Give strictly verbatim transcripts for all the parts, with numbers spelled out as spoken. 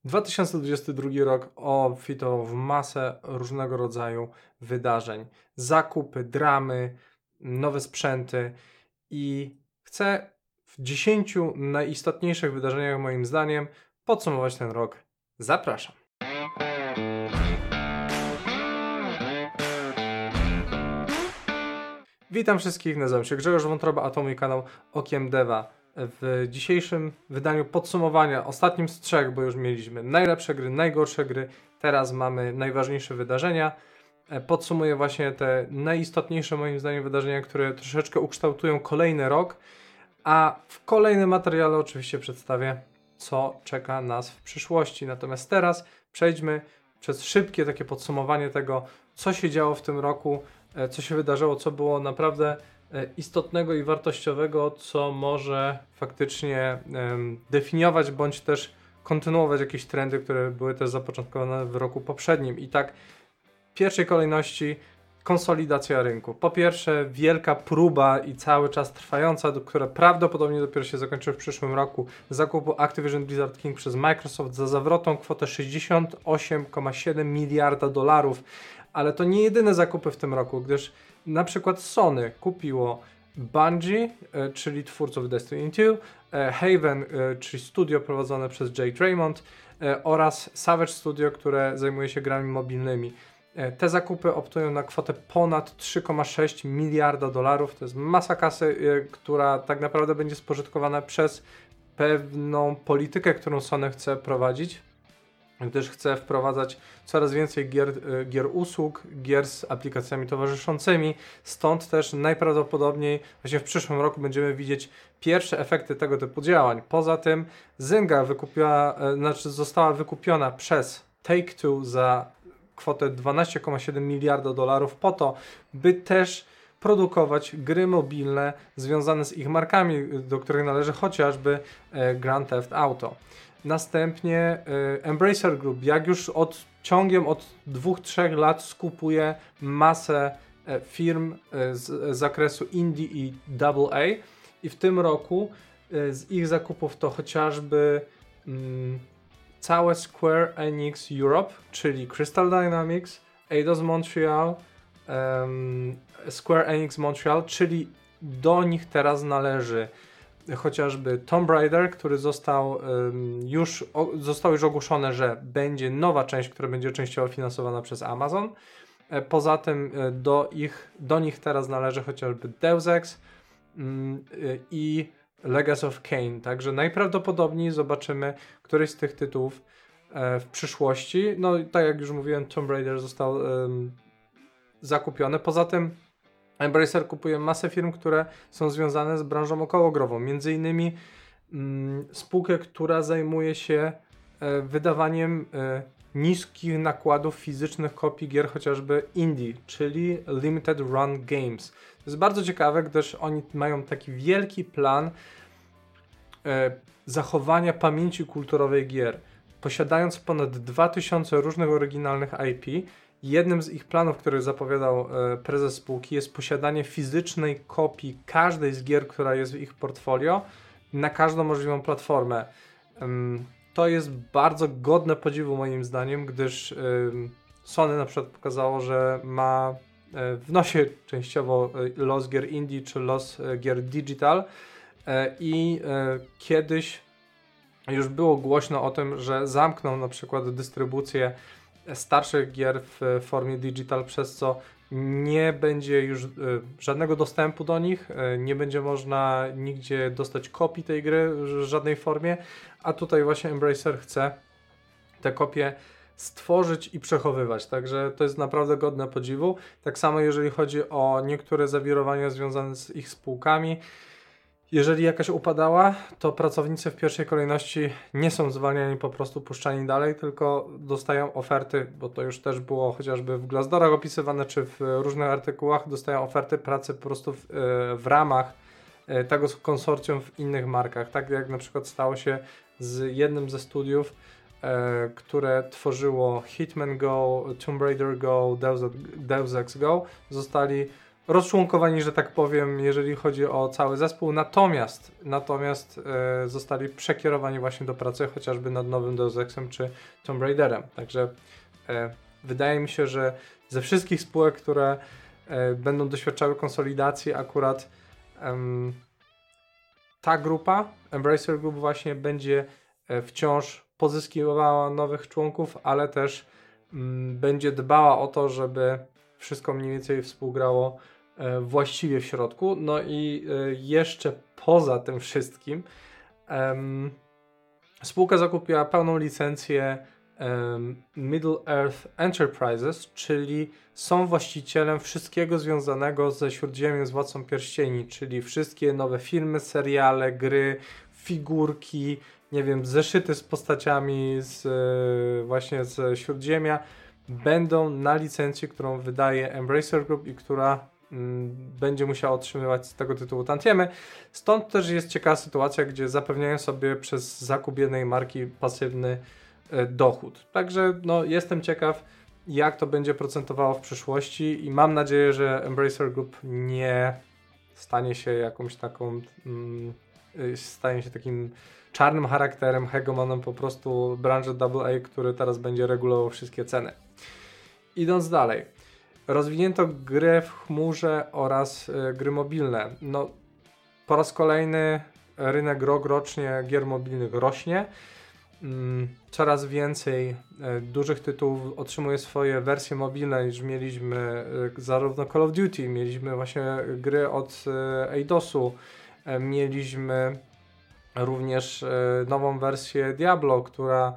dwa tysiące dwudziesty drugi rok obfitował w masę różnego rodzaju wydarzeń. Zakupy, dramy, nowe sprzęty i chcę w dziesięciu najistotniejszych wydarzeniach moim zdaniem podsumować ten rok. Zapraszam. Witam wszystkich, nazywam się Grzegorz Wątroba, a to mój kanał Okiem Deva. W dzisiejszym wydaniu podsumowania, ostatnim z trzech, bo już mieliśmy najlepsze gry, najgorsze gry, teraz mamy najważniejsze wydarzenia. Podsumuję właśnie te najistotniejsze moim zdaniem wydarzenia, które troszeczkę ukształtują kolejny rok, a w kolejnym materiale oczywiście przedstawię, co czeka nas w przyszłości. Natomiast teraz przejdźmy przez szybkie takie podsumowanie tego, co się działo w tym roku, co się wydarzyło, co było naprawdę istotnego i wartościowego, co może faktycznie um, definiować bądź też kontynuować jakieś trendy, które były też zapoczątkowane w roku poprzednim. I tak w pierwszej kolejności konsolidacja rynku. Po pierwsze wielka próba i cały czas trwająca, która prawdopodobnie dopiero się zakończy w przyszłym roku, zakupu Activision Blizzard King przez Microsoft za zawrotną kwotę sześćdziesiąt osiem przecinek siedem miliarda dolarów. Ale to nie jedyne zakupy w tym roku, gdyż na przykład Sony kupiło Bungie, e, czyli twórców Destiny dwa, e, Haven, e, czyli studio prowadzone przez Jade Raymond e, oraz Savage Studio, które zajmuje się grami mobilnymi. E, te zakupy optują na kwotę ponad trzy przecinek sześć miliarda dolarów. To jest masa kasy, e, która tak naprawdę będzie spożytkowana przez pewną politykę, którą Sony chce prowadzić, gdyż chce wprowadzać coraz więcej gier, gier usług, gier z aplikacjami towarzyszącymi, stąd też najprawdopodobniej właśnie w przyszłym roku będziemy widzieć pierwsze efekty tego typu działań. Poza tym Zynga wykupiła, znaczy została wykupiona przez Take-Two za kwotę dwanaście przecinek siedem miliarda dolarów po to, by też produkować gry mobilne związane z ich markami, do których należy chociażby Grand Theft Auto. Następnie y, Embracer Group, jak już od ciągiem od dwóch trzech lat skupuje masę y, firm y, z, z zakresu Indie i double A i w tym roku y, z ich zakupów to chociażby y, całe Square Enix Europe, czyli Crystal Dynamics, Eidos Montreal, um, Square Enix Montreal, czyli do nich teraz należy chociażby Tomb Raider, który został um, już o, zostało już ogłoszone, że będzie nowa część, która będzie częściowo finansowana przez Amazon. E, poza tym e, do, ich, do nich teraz należy chociażby Deus Ex mm, e, i Legacy of Kain. Także najprawdopodobniej zobaczymy któryś z tych tytułów e, w przyszłości. No tak jak już mówiłem, Tomb Raider został um, zakupiony. Poza tym Embracer kupuje masę firm, które są związane z branżą okołogrową. Między innymi mm, spółkę, która zajmuje się e, wydawaniem e, niskich nakładów fizycznych kopii gier chociażby indie, czyli Limited Run Games. To jest bardzo ciekawe, gdyż oni mają taki wielki plan e, zachowania pamięci kulturowej gier. Posiadając ponad dwa tysiące różnych oryginalnych I P, jednym z ich planów, który zapowiadał e, prezes spółki, jest posiadanie fizycznej kopii każdej z gier, która jest w ich portfolio, na każdą możliwą platformę. Um, to jest bardzo godne podziwu moim zdaniem, gdyż um, Sony na przykład pokazało, że ma e, w nosie częściowo e, los gier indie czy los e, gier digital e, i e, kiedyś już było głośno o tym, że zamkną na przykład dystrybucję starszych gier w formie digital, przez co nie będzie już y, żadnego dostępu do nich, y, nie będzie można nigdzie dostać kopii tej gry w żadnej formie, a tutaj właśnie Embracer chce te kopie stworzyć i przechowywać, także to jest naprawdę godne podziwu. Tak samo jeżeli chodzi o niektóre zawirowania związane z ich spółkami. Jeżeli jakaś upadała, to pracownicy w pierwszej kolejności nie są zwalniani, po prostu puszczani dalej, tylko dostają oferty, bo to już też było chociażby w Glassdoorach opisywane, czy w różnych artykułach, dostają oferty pracy po prostu w, w ramach tego konsorcjum w innych markach. Tak jak na przykład stało się z jednym ze studiów, które tworzyło Hitman Go, Tomb Raider Go, Deus, Deus Ex Go, zostali rozczłonkowani, że tak powiem, jeżeli chodzi o cały zespół, natomiast, natomiast e, zostali przekierowani właśnie do pracy chociażby nad nowym Deus Exem czy Tomb Raiderem. Także e, wydaje mi się, że ze wszystkich spółek, które e, będą doświadczały konsolidacji, akurat em, ta grupa, Embracer Group, właśnie będzie e, wciąż pozyskiwała nowych członków, ale też m, będzie dbała o to, żeby wszystko mniej więcej współgrało e, właściwie w środku. No i e, jeszcze poza tym wszystkim em, spółka zakupiła pełną licencję em, Middle Earth Enterprises, czyli są właścicielem wszystkiego związanego ze Śródziemiem, z Władcą Pierścieni, czyli wszystkie nowe filmy, seriale, gry, figurki, nie wiem, zeszyty z postaciami z, e, właśnie z Śródziemia będą na licencji, którą wydaje Embracer Group i która mm, będzie musiała otrzymywać z tego tytułu tantiemy. Stąd też jest ciekawa sytuacja, gdzie zapewniają sobie przez zakup jednej marki pasywny e, dochód. Także no, jestem ciekaw, jak to będzie procentowało w przyszłości i mam nadzieję, że Embracer Group nie stanie się jakąś taką mm, stanie się takim czarnym charakterem, hegemonem po prostu branży double A, który teraz będzie regulował wszystkie ceny. Idąc dalej. Rozwinięto gry w chmurze oraz y, gry mobilne. No, po raz kolejny rynek rok rocznie gier mobilnych rośnie. Mm, coraz więcej y, dużych tytułów otrzymuje swoje wersje mobilne, niż mieliśmy y, zarówno Call of Duty, mieliśmy właśnie gry od y, Eidosu, y, mieliśmy również y, nową wersję Diablo, która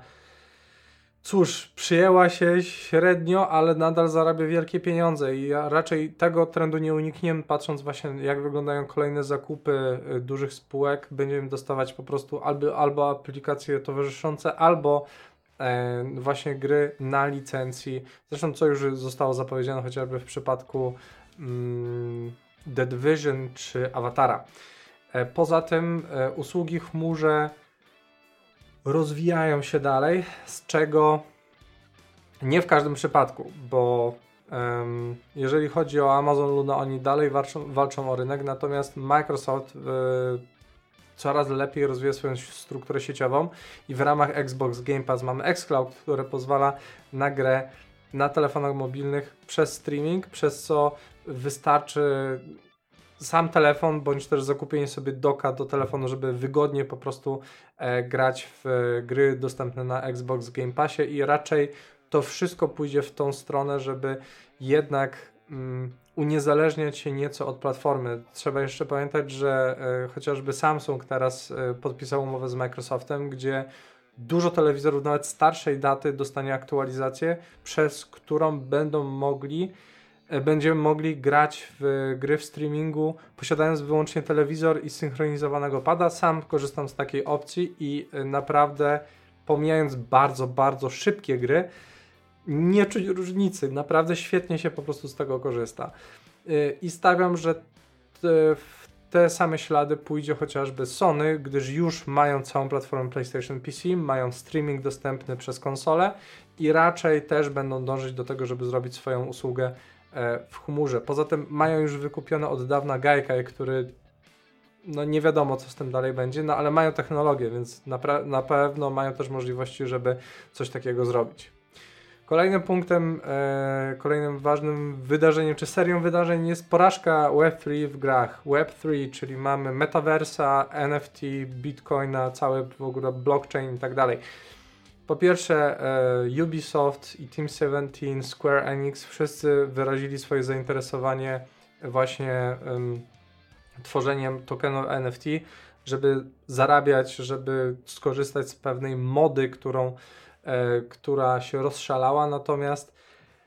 cóż, przyjęła się średnio, ale nadal zarabia wielkie pieniądze i ja raczej tego trendu nie unikniemy, patrząc właśnie jak wyglądają kolejne zakupy y, dużych spółek. Będziemy dostawać po prostu albo, albo aplikacje towarzyszące, albo e, właśnie gry na licencji. Zresztą co już zostało zapowiedziane chociażby w przypadku mm, The Division czy Awatara. E, poza tym e, usługi w chmurze rozwijają się dalej, z czego nie w każdym przypadku, bo um, jeżeli chodzi o Amazon Luna, oni dalej walczą, walczą o rynek, natomiast Microsoft y, coraz lepiej rozwija swoją strukturę sieciową i w ramach Xbox Game Pass mamy xCloud, które pozwala na grę na telefonach mobilnych przez streaming, przez co wystarczy sam telefon, bądź też zakupienie sobie doka do telefonu, żeby wygodnie po prostu e, grać w e, gry dostępne na Xbox Game Passie i raczej to wszystko pójdzie w tą stronę, żeby jednak mm, uniezależniać się nieco od platformy. Trzeba jeszcze pamiętać, że e, chociażby Samsung teraz e, podpisał umowę z Microsoftem, gdzie dużo telewizorów, nawet starszej daty, dostanie aktualizację, przez którą będą mogli będziemy mogli grać w gry w streamingu, posiadając wyłącznie telewizor i synchronizowanego pada. Sam korzystam z takiej opcji i naprawdę, pomijając bardzo, bardzo szybkie gry, nie czuć różnicy. Naprawdę świetnie się po prostu z tego korzysta. I stawiam, że w te same ślady pójdzie chociażby Sony, gdyż już mają całą platformę PlayStation P C, mają streaming dostępny przez konsolę i raczej też będą dążyć do tego, żeby zrobić swoją usługę w chmurze. Poza tym mają już wykupione od dawna Gaikai, który no nie wiadomo co z tym dalej będzie, no ale mają technologię, więc na, na pewno mają też możliwości, żeby coś takiego zrobić. Kolejnym punktem, e, kolejnym ważnym wydarzeniem, czy serią wydarzeń jest porażka web trzy w grach. web trzy, czyli mamy metaversa, N F T, bitcoina, cały w ogóle blockchain i tak dalej. Po pierwsze e, Ubisoft i Team siedemnaście, Square Enix, wszyscy wyrazili swoje zainteresowanie właśnie um, tworzeniem tokenów N F T, żeby zarabiać, żeby skorzystać z pewnej mody, którą, e, która się rozszalała, natomiast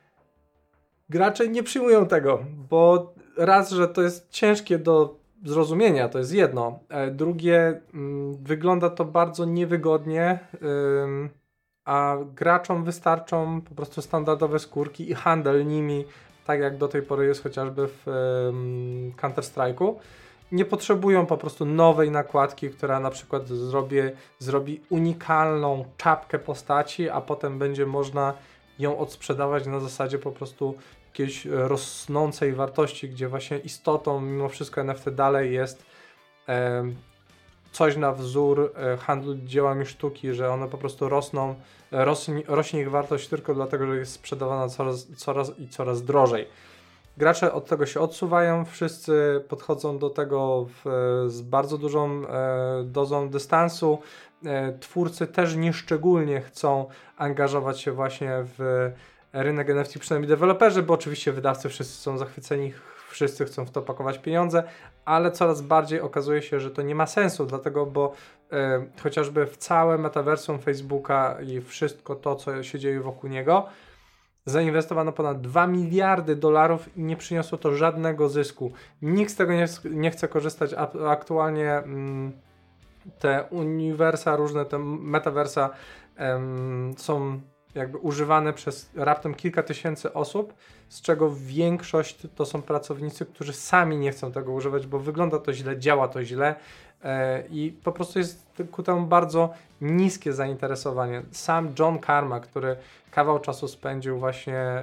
gracze nie przyjmują tego, bo raz, że to jest ciężkie do zrozumienia, to jest jedno, e, drugie, m, wygląda to bardzo niewygodnie, ym, a graczom wystarczą po prostu standardowe skórki i handel nimi, tak jak do tej pory jest chociażby w um, Counter-Strike'u. Nie potrzebują po prostu nowej nakładki, która na przykład zrobi, zrobi unikalną czapkę postaci, a potem będzie można ją odsprzedawać na zasadzie po prostu jakiejś rosnącej wartości, gdzie właśnie istotą mimo wszystko N F T dalej jest e, coś na wzór e, handlu dziełami sztuki, że one po prostu rosną, rośnie, rośnie ich wartość tylko dlatego, że jest sprzedawana coraz, coraz i coraz drożej. Gracze od tego się odsuwają, wszyscy podchodzą do tego w, z bardzo dużą e, dozą dystansu. E, twórcy też nieszczególnie chcą angażować się właśnie w rynek N F T, przynajmniej deweloperzy, bo oczywiście wydawcy wszyscy są zachwyceni, wszyscy chcą w to pakować pieniądze, ale coraz bardziej okazuje się, że to nie ma sensu, dlatego, bo e, chociażby w całe metaversum Facebooka i wszystko to, co się dzieje wokół niego, zainwestowano ponad dwa miliardy dolarów i nie przyniosło to żadnego zysku. Nikt z tego nie, nie chce korzystać. A, aktualnie mm, te uniwersa, różne te metaversa em, są jakby używane przez raptem kilka tysięcy osób, z czego większość to są pracownicy, którzy sami nie chcą tego używać, bo wygląda to źle, działa to źle e, i po prostu jest ku temu bardzo niskie zainteresowanie. Sam John Karma, który kawał czasu spędził właśnie e,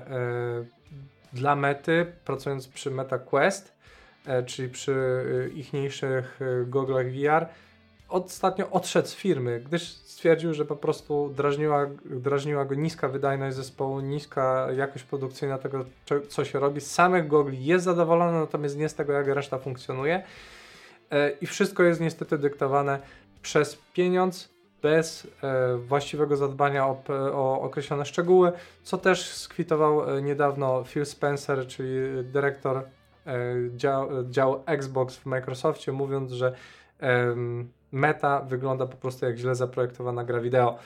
dla Mety, pracując przy Meta Quest, e, czyli przy e, ichniejszych e, goglach V R, ostatnio odszedł z firmy, gdyż stwierdził, że po prostu drażniła, drażniła go niska wydajność zespołu, niska jakość produkcyjna tego, co się robi. Z samych gogli jest zadowolony, natomiast nie z tego, jak reszta funkcjonuje. E, I wszystko jest niestety dyktowane przez pieniądz, bez e, właściwego zadbania o, o określone szczegóły, co też skwitował e, niedawno Phil Spencer, czyli dyrektor e, dział, działu Xbox w Microsoftie, mówiąc, że e, Meta wygląda po prostu jak źle zaprojektowana gra wideo.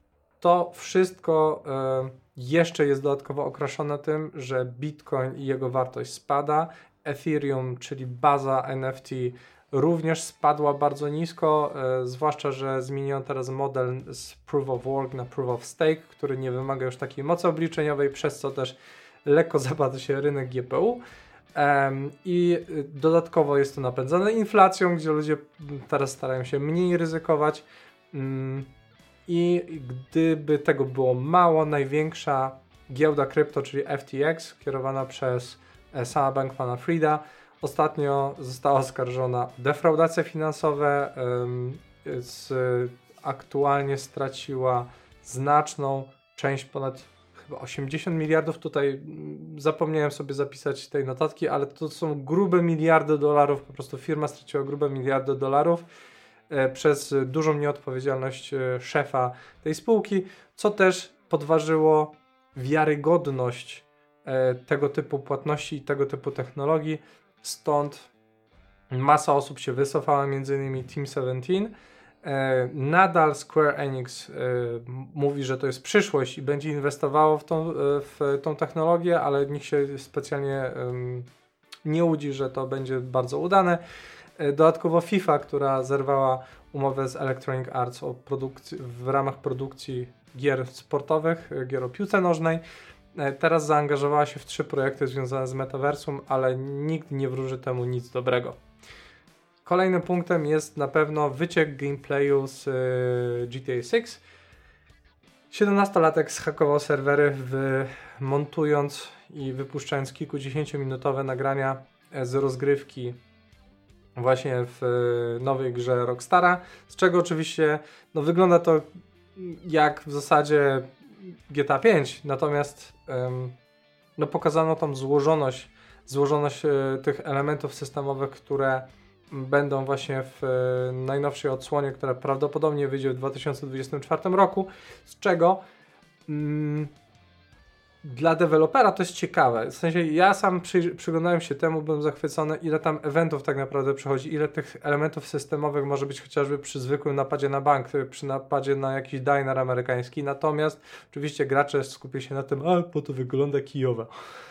To wszystko e, jeszcze jest dodatkowo okraszone tym, że Bitcoin i jego wartość spada, Ethereum, czyli baza N F T, również spadła bardzo nisko, e, zwłaszcza, że zmieniono teraz model z Proof of Work na Proof of Stake, który nie wymaga już takiej mocy obliczeniowej, przez co też lekko zapada się rynek G P U. Um, I dodatkowo jest to napędzane inflacją, gdzie ludzie teraz starają się mniej ryzykować. Um, I gdyby tego było mało, największa giełda krypto, czyli F T X, kierowana przez e, Sama Bankmana-Frieda, ostatnio została oskarżona o defraudacje finansowe, um, z, aktualnie straciła znaczną część, ponad chyba osiemdziesiąt miliardów, tutaj zapomniałem sobie zapisać tej notatki, ale to są grube miliardy dolarów, po prostu firma straciła grube miliardy dolarów e, przez dużą nieodpowiedzialność e, szefa tej spółki, co też podważyło wiarygodność e, tego typu płatności i tego typu technologii. Stąd masa osób się wycofała, między innymi Team siedemnaście. E, nadal Square Enix e, mówi, że to jest przyszłość i będzie inwestowało w tą, e, w tą technologię, ale nikt się specjalnie e, nie łudzi, że to będzie bardzo udane. E, dodatkowo FIFA, która zerwała umowę z Electronic Arts o produkcji, w ramach produkcji gier sportowych, gier o piłce nożnej, teraz zaangażowała się w trzy projekty związane z metaversum, ale nikt nie wróży temu nic dobrego. Kolejnym punktem jest na pewno wyciek gameplayu z y, G T A sześć. siedemnastolatek zhakował serwery, w, montując i wypuszczając kilkudziesięciominutowe nagrania z rozgrywki właśnie w y, nowej grze Rockstara, z czego oczywiście no, wygląda to jak w zasadzie G T A pięć, natomiast ym, no, pokazano tam złożoność, złożoność y, tych elementów systemowych, które będą właśnie w y, najnowszej odsłonie, która prawdopodobnie wyjdzie w dwa tysiące dwudziestym czwartym roku, z czego mm, dla dewelopera to jest ciekawe. W sensie ja sam przy, przyglądałem się temu, byłem zachwycony, ile tam eventów tak naprawdę przychodzi, ile tych elementów systemowych może być chociażby przy zwykłym napadzie na bank, przy napadzie na jakiś diner amerykański. Natomiast oczywiście gracze skupili się na tym, a po to wygląda kijowo.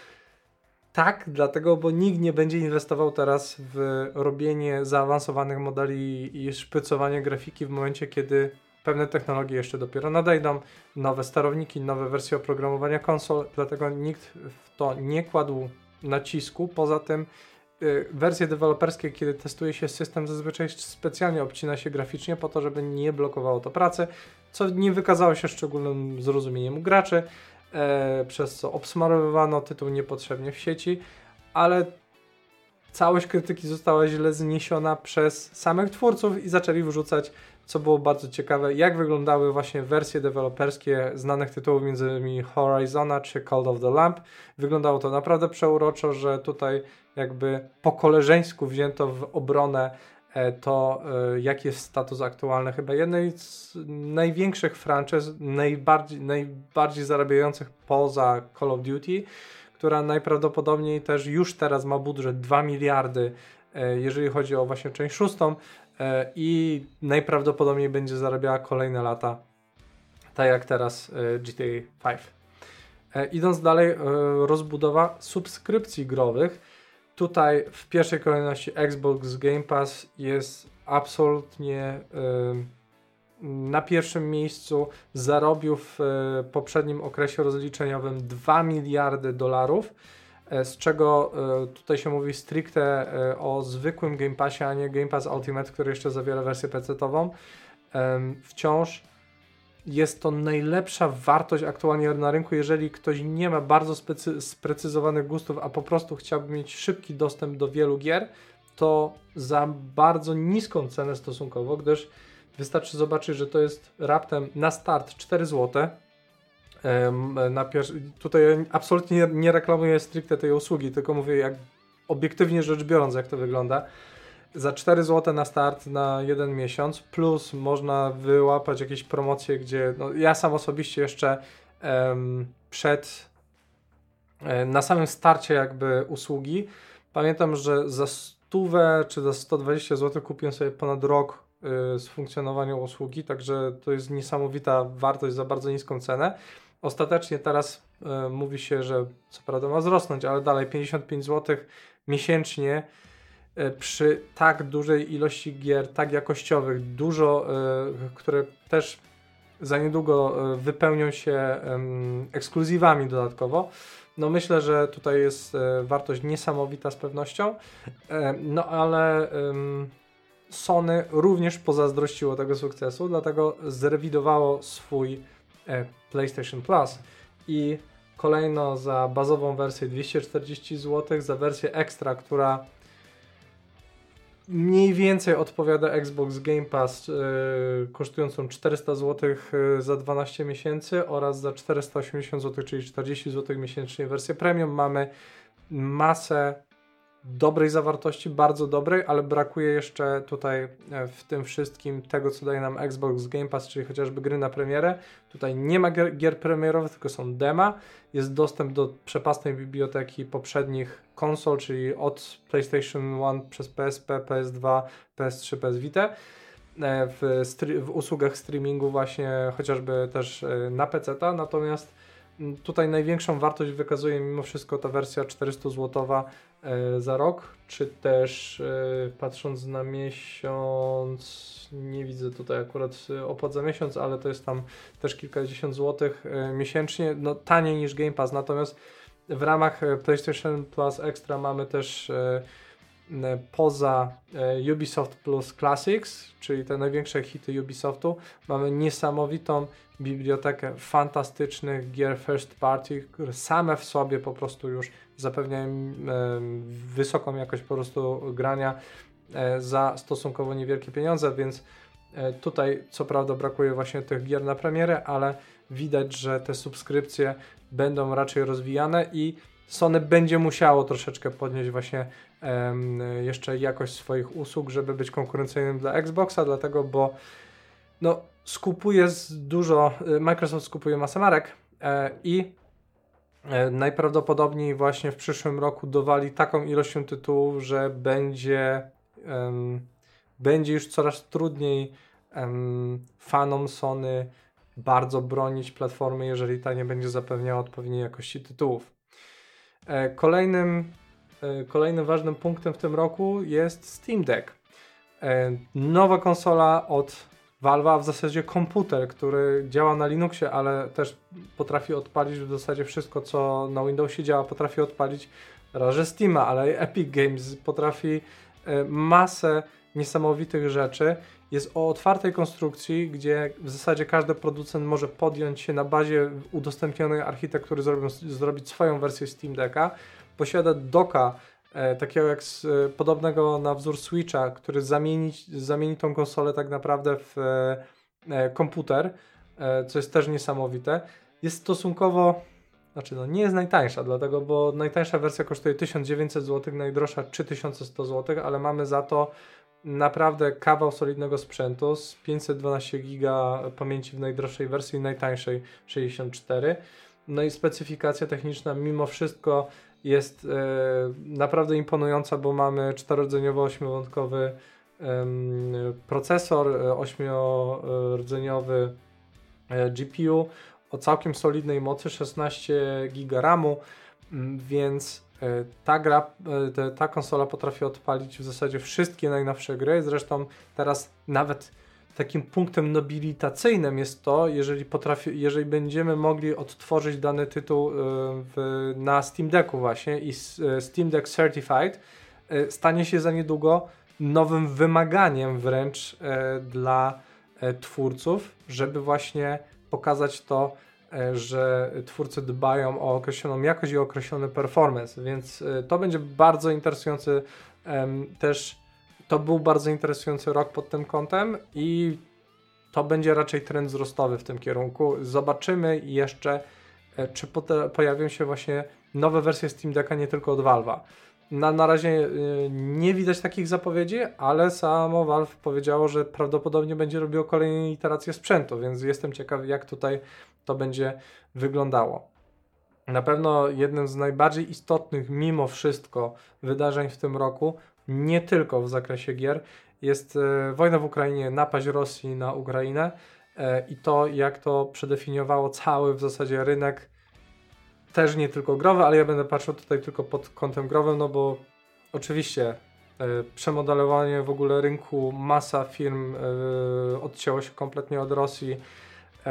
Tak, dlatego, bo nikt nie będzie inwestował teraz w robienie zaawansowanych modeli i szprycowanie grafiki w momencie, kiedy pewne technologie jeszcze dopiero nadejdą, nowe sterowniki, nowe wersje oprogramowania konsol, dlatego nikt w to nie kładł nacisku. Poza tym y, wersje deweloperskie, kiedy testuje się system, zazwyczaj specjalnie obcina się graficznie po to, żeby nie blokowało to pracy, co nie wykazało się szczególnym zrozumieniem graczy. e, przez co obsmarowywano tytuł niepotrzebnie w sieci, ale całość krytyki została źle zniesiona przez samych twórców i zaczęli wrzucać, co było bardzo ciekawe, jak wyglądały właśnie wersje deweloperskie znanych tytułów, między innymi Horizona czy Call of the Lamp. Wyglądało to naprawdę przeuroczo, że tutaj jakby po koleżeńsku wzięto w obronę to, jaki jest status aktualny chyba jednej z największych franczyz, najbardziej, najbardziej zarabiających poza Call of Duty, która najprawdopodobniej też już teraz ma budżet dwa miliardy, jeżeli chodzi o właśnie część szóstą, i najprawdopodobniej będzie zarabiała kolejne lata, tak jak teraz G T A pięć. Idąc dalej, rozbudowa subskrypcji growych. Tutaj w pierwszej kolejności Xbox Game Pass jest absolutnie yy, na pierwszym miejscu. Zarobił w yy, poprzednim okresie rozliczeniowym dwa miliardy dolarów, yy, z czego yy, tutaj się mówi stricte yy, o zwykłym Game Passie, a nie Game Pass Ultimate, który jeszcze zawiera wersję pecetową. Yy, wciąż jest to najlepsza wartość aktualnie na rynku, jeżeli ktoś nie ma bardzo specy- sprecyzowanych gustów, a po prostu chciałby mieć szybki dostęp do wielu gier, to za bardzo niską cenę stosunkowo, gdyż wystarczy zobaczyć, że to jest raptem na start cztery złote. Na pier- tutaj absolutnie nie, nie reklamuję stricte tej usługi, tylko mówię jak obiektywnie rzecz biorąc, jak to wygląda. Za cztery złote na start na jeden miesiąc, plus można wyłapać jakieś promocje, gdzie no, ja sam osobiście jeszcze um, przed e, na samym starcie jakby usługi pamiętam, że za stówę czy za sto dwadzieścia złotych kupiłem sobie ponad rok y, z funkcjonowania usługi, także to jest niesamowita wartość za bardzo niską cenę. Ostatecznie teraz y, mówi się, że co prawda ma wzrosnąć, ale dalej pięćdziesiąt pięć złotych miesięcznie przy tak dużej ilości gier, tak jakościowych, dużo, y, które też za niedługo y, wypełnią się y, ekskluzywami dodatkowo. No myślę, że tutaj jest y, wartość niesamowita z pewnością, y, no ale y, Sony również pozazdrościło tego sukcesu, dlatego zrewidowało swój y, PlayStation Plus i kolejno za bazową wersję dwieście czterdzieści złotych, za wersję Extra, która mniej więcej odpowiada Xbox Game Pass yy, kosztującą czterysta złotych yy, za dwanaście miesięcy oraz za czterysta osiemdziesiąt złotych, czyli czterdzieści złotych miesięcznie wersję premium. Mamy masę dobrej zawartości, bardzo dobrej, ale brakuje jeszcze tutaj w tym wszystkim tego, co daje nam Xbox Game Pass, czyli chociażby gry na premierę. Tutaj nie ma gier, gier premierowych, tylko są dema. Jest dostęp do przepastnej biblioteki poprzednich konsol, czyli od PlayStation jeden przez P S P, P S dwa, P S trzy, P S Vita. W, stri- w usługach streamingu właśnie chociażby też na peceta, natomiast tutaj największą wartość wykazuje mimo wszystko ta wersja czterysta złotowa e, za rok, czy też e, patrząc na miesiąc, nie widzę tutaj akurat opłat za miesiąc, ale to jest tam też kilkadziesiąt złotych e, miesięcznie, no taniej niż Game Pass, natomiast w ramach PlayStation Plus Extra mamy też e, poza e, Ubisoft Plus Classics, czyli te największe hity Ubisoftu, mamy niesamowitą bibliotekę fantastycznych gier first party, które same w sobie po prostu już zapewniają e, wysoką jakość po prostu grania e, za stosunkowo niewielkie pieniądze, więc e, tutaj co prawda brakuje właśnie tych gier na premierę, ale widać, że te subskrypcje będą raczej rozwijane i Sony będzie musiało troszeczkę podnieść właśnie um, jeszcze jakość swoich usług, żeby być konkurencyjnym dla Xboxa, dlatego, bo no, skupuje dużo, Microsoft skupuje masę marek e, i e, najprawdopodobniej właśnie w przyszłym roku dowali taką ilością tytułów, że będzie um, będzie już coraz trudniej um, fanom Sony bardzo bronić platformy, jeżeli ta nie będzie zapewniała odpowiedniej jakości tytułów. E, kolejnym, e, kolejnym ważnym punktem w tym roku jest Steam Deck. E, nowa konsola od Valve'a, a w zasadzie komputer, który działa na Linuxie, ale też potrafi odpalić w zasadzie wszystko, co na Windowsie działa, potrafi odpalić raz, że Steama, ale Epic Games potrafi e, masę niesamowitych rzeczy jest o otwartej konstrukcji, gdzie w zasadzie każdy producent może podjąć się na bazie udostępnionej architektury zrobić, zrobić swoją wersję Steam Decka. Posiada docka e, takiego jak z, e, podobnego na wzór Switcha, który zamieni, zamieni tą konsolę tak naprawdę w e, e, komputer, e, co jest też niesamowite. Jest stosunkowo, znaczy no nie jest najtańsza, dlatego, bo najtańsza wersja kosztuje tysiąc dziewięćset złotych, najdroższa trzy tysiące sto złotych, ale mamy za to naprawdę kawał solidnego sprzętu z pięćset dwanaście giga pamięci w najdroższej wersji, najtańszej sześćdziesiąt cztery. No i specyfikacja techniczna mimo wszystko jest e, naprawdę imponująca, bo mamy czterorodzeniowy, ośmiowątkowy e, procesor, ośmiorodzeniowy e, G P U o całkiem solidnej mocy, szesnaście giga ramu, więc ta gra, ta konsola potrafi odpalić w zasadzie wszystkie najnowsze gry. Zresztą teraz nawet takim punktem nobilitacyjnym jest to, jeżeli, potrafi, jeżeli będziemy mogli odtworzyć dany tytuł w, na Steam Decku właśnie i Steam Deck Certified stanie się za niedługo nowym wymaganiem wręcz dla twórców, żeby właśnie pokazać to, że twórcy dbają o określoną jakość i określony performance, więc to będzie bardzo interesujący um, też, to był bardzo interesujący rok pod tym kątem i to będzie raczej trend wzrostowy w tym kierunku. Zobaczymy jeszcze, czy po- pojawią się właśnie nowe wersje Steam Decka nie tylko od Valve'a. Na, na razie y, nie widać takich zapowiedzi, ale samo Valve powiedziało, że prawdopodobnie będzie robiło kolejne iteracje sprzętu, więc jestem ciekaw, jak tutaj to będzie wyglądało. Na pewno jednym z najbardziej istotnych mimo wszystko wydarzeń w tym roku, nie tylko w zakresie gier, jest y, wojna w Ukrainie, napaść Rosji na Ukrainę y, i to, jak to przedefiniowało cały w zasadzie rynek, też nie tylko growy, ale ja będę patrzył tutaj tylko pod kątem growym, no bo oczywiście y, przemodelowanie w ogóle rynku, masa firm y, odcięło się kompletnie od Rosji, y,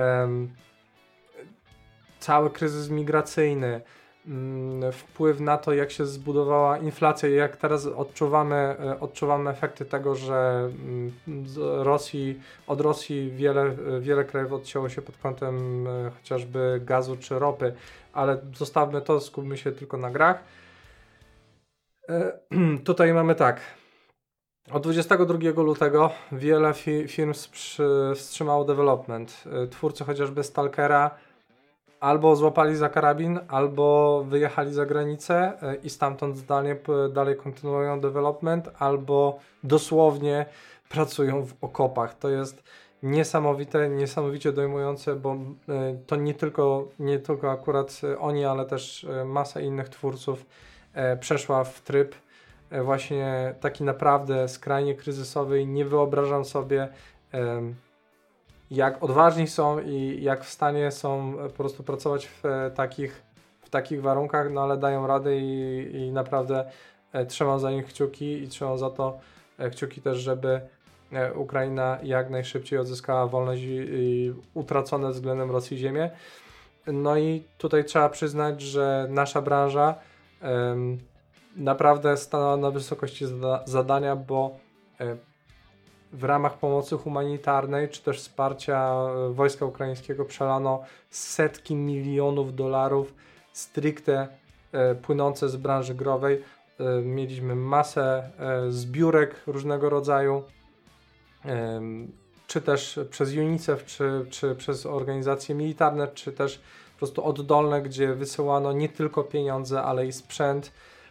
cały kryzys migracyjny, y, wpływ na to, jak się zbudowała inflacja i jak teraz odczuwamy, y, odczuwamy efekty tego, że y, z Rosji, od Rosji wiele, wiele krajów odcięło się pod kątem y, chociażby gazu czy ropy, ale zostawmy to, skupmy się tylko na grach. E, tutaj mamy tak. Od dwudziestego drugiego lutego wiele fi- firm sprzy- wstrzymało development. E, twórcy chociażby Stalkera albo złapali za karabin, albo wyjechali za granicę e, i stamtąd zdalnie, p- dalej kontynuują development, albo dosłownie pracują w okopach. To jest niesamowite, niesamowicie dojmujące, bo y, to nie tylko, nie tylko akurat oni, ale też y, masa innych twórców y, przeszła w tryb y, właśnie taki naprawdę skrajnie kryzysowy i nie wyobrażam sobie y, jak odważni są i jak w stanie są po prostu pracować w y, takich, w takich warunkach, no ale dają radę i, i naprawdę y, trzymam za nich kciuki i trzymam za to y, kciuki też, żeby Ukraina jak najszybciej odzyskała wolność i, i utracone względem Rosji ziemię. No i tutaj trzeba przyznać, że nasza branża um, naprawdę stanęła na wysokości zada- zadania, bo um, w ramach pomocy humanitarnej czy też wsparcia wojska ukraińskiego przelano setki milionów dolarów stricte e, płynące z branży growej. E, mieliśmy masę e, zbiórek różnego rodzaju, czy też przez UNICEF, czy, czy przez organizacje militarne, czy też po prostu oddolne, gdzie wysyłano nie tylko pieniądze, ale i sprzęt,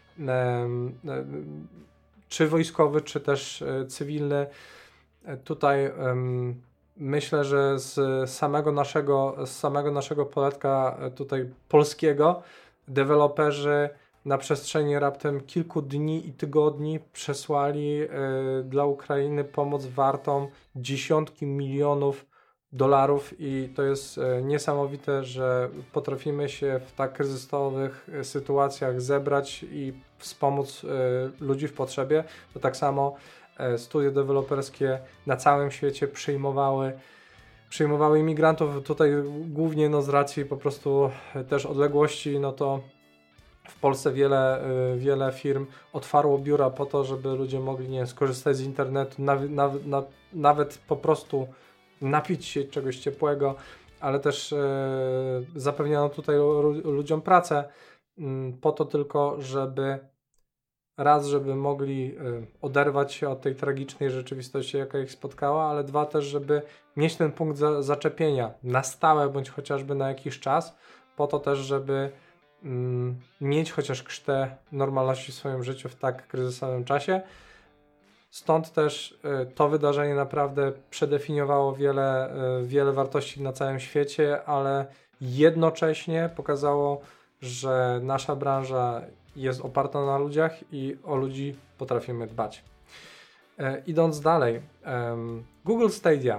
czy wojskowy, czy też cywilny. Tutaj myślę, że z samego naszego, z samego naszego poletka tutaj polskiego deweloperzy na przestrzeni raptem kilku dni i tygodni przesłali y, dla Ukrainy pomoc wartą dziesiątki milionów dolarów i to jest y, niesamowite, że potrafimy się w tak kryzysowych y, sytuacjach zebrać i wspomóc y, ludzi w potrzebie. To tak samo y, studia deweloperskie na całym świecie przyjmowały przyjmowały imigrantów. Tutaj głównie no, z racji po prostu y, też odległości, no to W Polsce wiele, wiele firm otwarło biura po to, żeby ludzie mogli, nie wiem, skorzystać z internetu, naw, naw, naw, nawet po prostu napić się czegoś ciepłego, ale też e, zapewniano tutaj ludziom pracę m, po to tylko, żeby raz, żeby mogli y, oderwać się od tej tragicznej rzeczywistości, jaka ich spotkała, ale dwa też, żeby mieć ten punkt za, zaczepienia na stałe, bądź chociażby na jakiś czas, po to też, żeby mm, mieć chociaż ksztę normalności w swoim życiu w tak kryzysowym czasie. Stąd też y, to wydarzenie naprawdę przedefiniowało wiele, y, wiele wartości na całym świecie, ale jednocześnie pokazało, że nasza branża jest oparta na ludziach i o ludzi potrafimy dbać. E, idąc dalej, um, Google Stadia.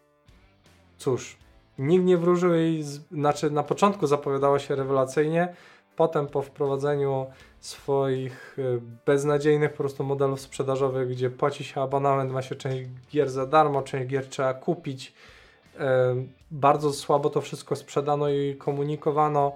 Cóż, nikt nie wróżył jej, z, znaczy na początku zapowiadało się rewelacyjnie, potem po wprowadzeniu swoich beznadziejnych po prostu modelów sprzedażowych, gdzie płaci się abonament, ma się część gier za darmo, część gier trzeba kupić. E, bardzo słabo to wszystko sprzedano i komunikowano.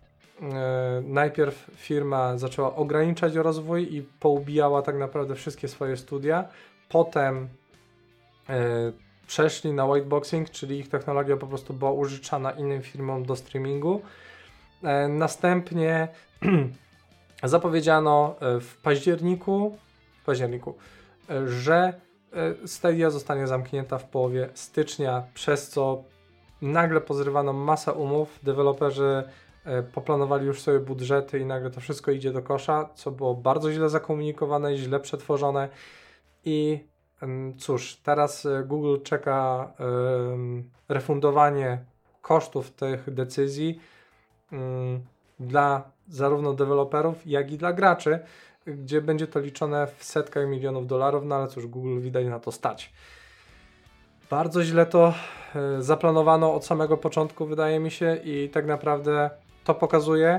Najpierw firma zaczęła ograniczać rozwój i poubijała tak naprawdę wszystkie swoje studia. Potem e, przeszli na whiteboxing, czyli ich technologia po prostu była użyczana innym firmom do streamingu. E, następnie zapowiedziano w październiku, w październiku e, że Stadia zostanie zamknięta w połowie stycznia, przez co nagle pozrywano masę umów. Deweloperzy poplanowali już sobie budżety i nagle to wszystko idzie do kosza, co było bardzo źle zakomunikowane i źle przetworzone. I cóż, teraz Google czeka um, refundowanie kosztów tych decyzji um, dla zarówno deweloperów, jak i dla graczy, gdzie będzie to liczone w setkach milionów dolarów, no ale cóż, Google widać na to stać. Bardzo źle to y, zaplanowano od samego początku, wydaje mi się, i tak naprawdę to pokazuje,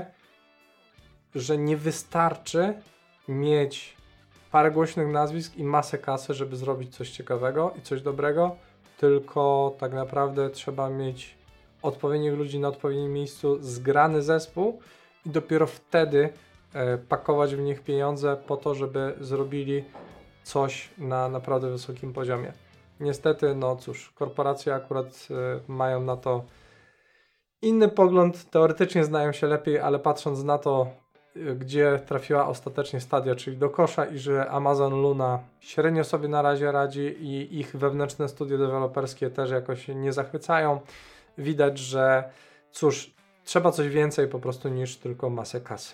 że nie wystarczy mieć parę głośnych nazwisk i masę kasy, żeby zrobić coś ciekawego i coś dobrego, tylko tak naprawdę trzeba mieć odpowiednich ludzi na odpowiednim miejscu, zgrany zespół i dopiero wtedy e, pakować w nich pieniądze po to, żeby zrobili coś na naprawdę wysokim poziomie. Niestety, no cóż, korporacje akurat e, mają na to inny pogląd, teoretycznie znają się lepiej, ale patrząc na to, gdzie trafiła ostatecznie Stadia, czyli do kosza, i że Amazon Luna średnio sobie na razie radzi i ich wewnętrzne studia deweloperskie też jakoś nie zachwycają, widać, że cóż, trzeba coś więcej po prostu niż tylko masę kasy.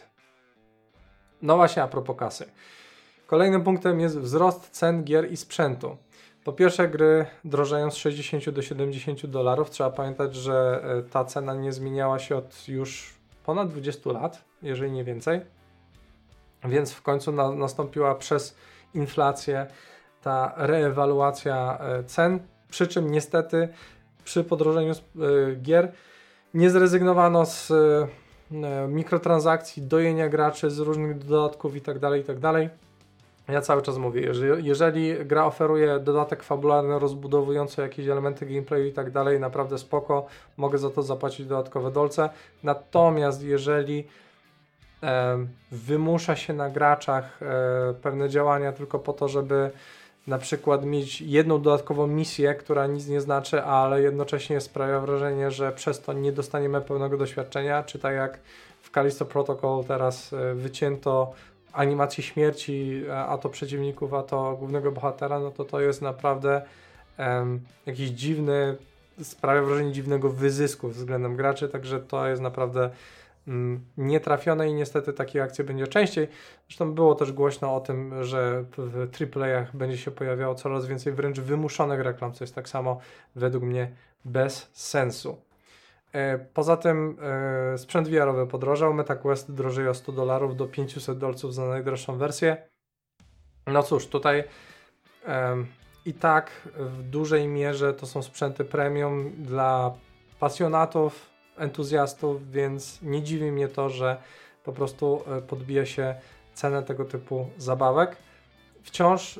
No właśnie, a propos kasy. Kolejnym punktem jest wzrost cen gier i sprzętu. Po pierwsze, gry drożeją z sześćdziesięciu do siedemdziesięciu dolarów. Trzeba pamiętać, że ta cena nie zmieniała się od już ponad dwudziestu lat, jeżeli nie więcej. Więc w końcu na, nastąpiła przez inflację ta reewaluacja cen. Przy czym niestety przy podrożeniu gier nie zrezygnowano z mikrotransakcji, dojenia graczy, z różnych dodatków itd., itd. Ja cały czas mówię, jeżeli, jeżeli gra oferuje dodatek fabularny, rozbudowujący jakieś elementy gameplayu i tak dalej, naprawdę spoko, mogę za to zapłacić dodatkowe dolce. Natomiast jeżeli e, wymusza się na graczach e, pewne działania tylko po to, żeby na przykład mieć jedną dodatkową misję, która nic nie znaczy, ale jednocześnie sprawia wrażenie, że przez to nie dostaniemy pełnego doświadczenia, czy tak jak w Callisto Protocol teraz e, wycięto animacji śmierci, a to przeciwników, a to głównego bohatera, no to to jest naprawdę um, jakiś dziwny, sprawia wrażenie dziwnego wyzysku względem graczy, także to jest naprawdę um, nietrafione i niestety takie akcje będzie częściej. Zresztą było też głośno o tym, że w triple A-ach będzie się pojawiało coraz więcej wręcz wymuszonych reklam, co jest tak samo według mnie bez sensu. Poza tym e, sprzęt V R-owy podrożał, MetaQuest drożeje o sto dolarów do pięćset dolców za najdroższą wersję. No cóż, tutaj e, i tak w dużej mierze to są sprzęty premium dla pasjonatów, entuzjastów, więc nie dziwi mnie to, że po prostu e, podbija się cenę tego typu zabawek. Wciąż e,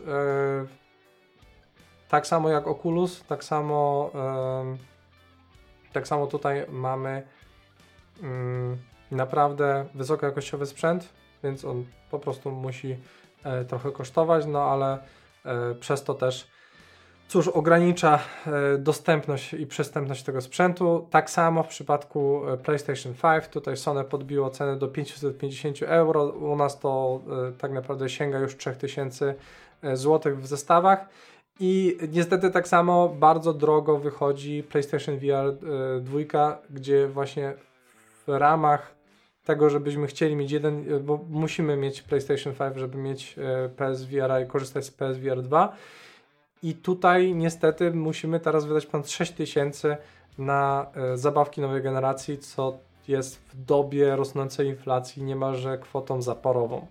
tak samo jak Oculus, tak samo e, Tak samo tutaj mamy um, naprawdę wysokojakościowy sprzęt, więc on po prostu musi e, trochę kosztować, no ale e, przez to też cóż, ogranicza e, dostępność i przystępność tego sprzętu. Tak samo w przypadku e, PlayStation pięć, tutaj Sony podbiło cenę do pięćset pięćdziesiąt euro, u nas to e, tak naprawdę sięga już trzy tysiące złotych w zestawach i niestety tak samo bardzo drogo wychodzi PlayStation V R dwa, gdzie właśnie w ramach tego, żebyśmy chcieli mieć jeden, bo musimy mieć PlayStation pięć, żeby mieć P S V R i korzystać z P S V R dwa. I tutaj niestety musimy teraz wydać ponad sześć tysięcy na e, zabawki nowej generacji, co jest w dobie rosnącej inflacji niemalże kwotą zaporową.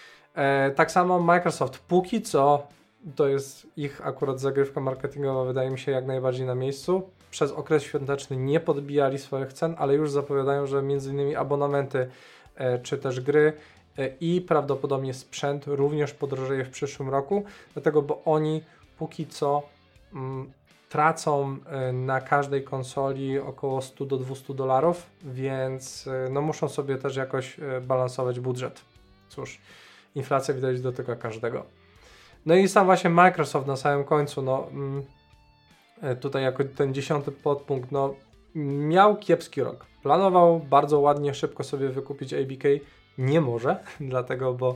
E, tak samo Microsoft póki co, to jest ich akurat zagrywka marketingowa, wydaje mi się jak najbardziej na miejscu. Przez okres świąteczny nie podbijali swoich cen, ale już zapowiadają, że między innymi abonamenty e, czy też gry e, i prawdopodobnie sprzęt również podrożeje w przyszłym roku, dlatego bo oni póki co mm, tracą y, na każdej konsoli około sto do dwustu dolarów, więc y, no muszą sobie też jakoś y, balansować budżet. Cóż, inflacja widać dotyka każdego. No i sam właśnie Microsoft na samym końcu, no mm, y, tutaj jako ten dziesiąty podpunkt, no miał kiepski rok. Planował bardzo ładnie, szybko sobie wykupić A B K, nie może, dlatego bo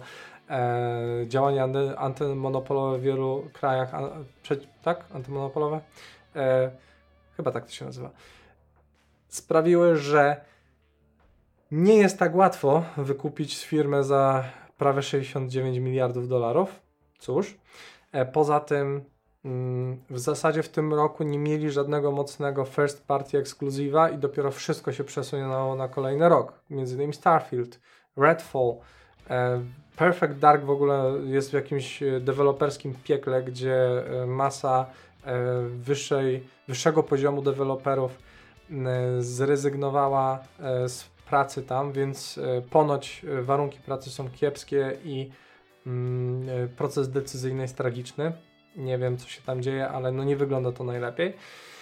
E, działania anty, antymonopolowe w wielu krajach, a, prze, tak? Antymonopolowe? E, chyba tak to się nazywa. Sprawiły, że nie jest tak łatwo wykupić firmę za prawie sześćdziesiąt dziewięć miliardów dolarów. Cóż, e, poza tym mm, w zasadzie w tym roku nie mieli żadnego mocnego first party ekskluzywa i dopiero wszystko się przesunęło na kolejny rok. Między innymi Starfield, Redfall, e, Perfect Dark w ogóle jest w jakimś deweloperskim piekle, gdzie masa wyższej, wyższego poziomu deweloperów zrezygnowała z pracy tam, więc ponoć warunki pracy są kiepskie i proces decyzyjny jest tragiczny. Nie wiem, co się tam dzieje, ale no nie wygląda to najlepiej.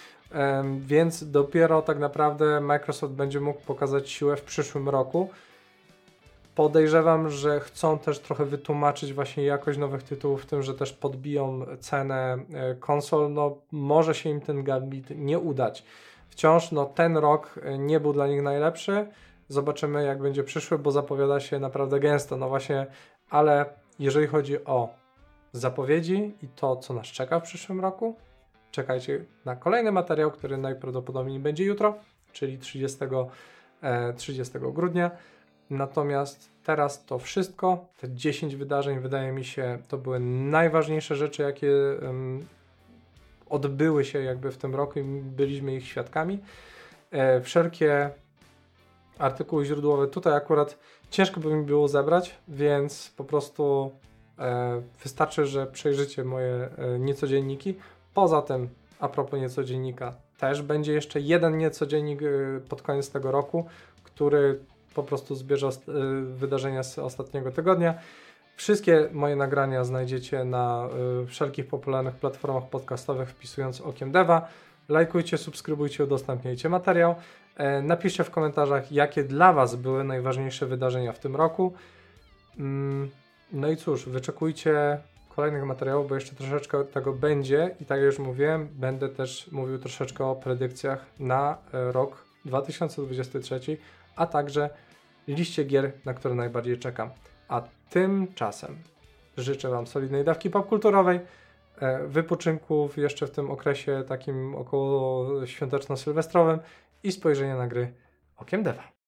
Więc dopiero tak naprawdę Microsoft będzie mógł pokazać siłę w przyszłym roku. Podejrzewam, że chcą też trochę wytłumaczyć właśnie jakość nowych tytułów w tym, że też podbiją cenę konsol. No może się im ten gambit nie udać. Wciąż no ten rok nie był dla nich najlepszy. Zobaczymy jak będzie przyszły, bo zapowiada się naprawdę gęsto. No właśnie, ale jeżeli chodzi o zapowiedzi i to, co nas czeka w przyszłym roku, czekajcie na kolejny materiał, który najprawdopodobniej będzie jutro, czyli trzydziestego grudnia. Natomiast teraz to wszystko, te dziesięć wydarzeń, wydaje mi się, to były najważniejsze rzeczy, jakie um, odbyły się jakby w tym roku i byliśmy ich świadkami. E, wszelkie artykuły źródłowe tutaj akurat ciężko by mi było zebrać, więc po prostu e, wystarczy, że przejrzycie moje e, niecodzienniki. Poza tym, a propos niecodziennika, też będzie jeszcze jeden niecodziennik e, pod koniec tego roku, który po prostu zbierze y, wydarzenia z ostatniego tygodnia. Wszystkie moje nagrania znajdziecie na y, wszelkich popularnych platformach podcastowych wpisując Okiem Deva. Lajkujcie, subskrybujcie, udostępniajcie materiał. E, napiszcie w komentarzach, jakie dla Was były najważniejsze wydarzenia w tym roku. Mm, no i cóż, wyczekujcie kolejnych materiałów, bo jeszcze troszeczkę tego będzie i tak jak już mówiłem, będę też mówił troszeczkę o predykcjach na e, rok dwa tysiące dwudziesty trzeci, a także liście gier, na które najbardziej czekam. A tymczasem życzę Wam solidnej dawki popkulturowej, wypoczynków jeszcze w tym okresie takim około świąteczno-sylwestrowym i spojrzenia na gry Okiem Deva.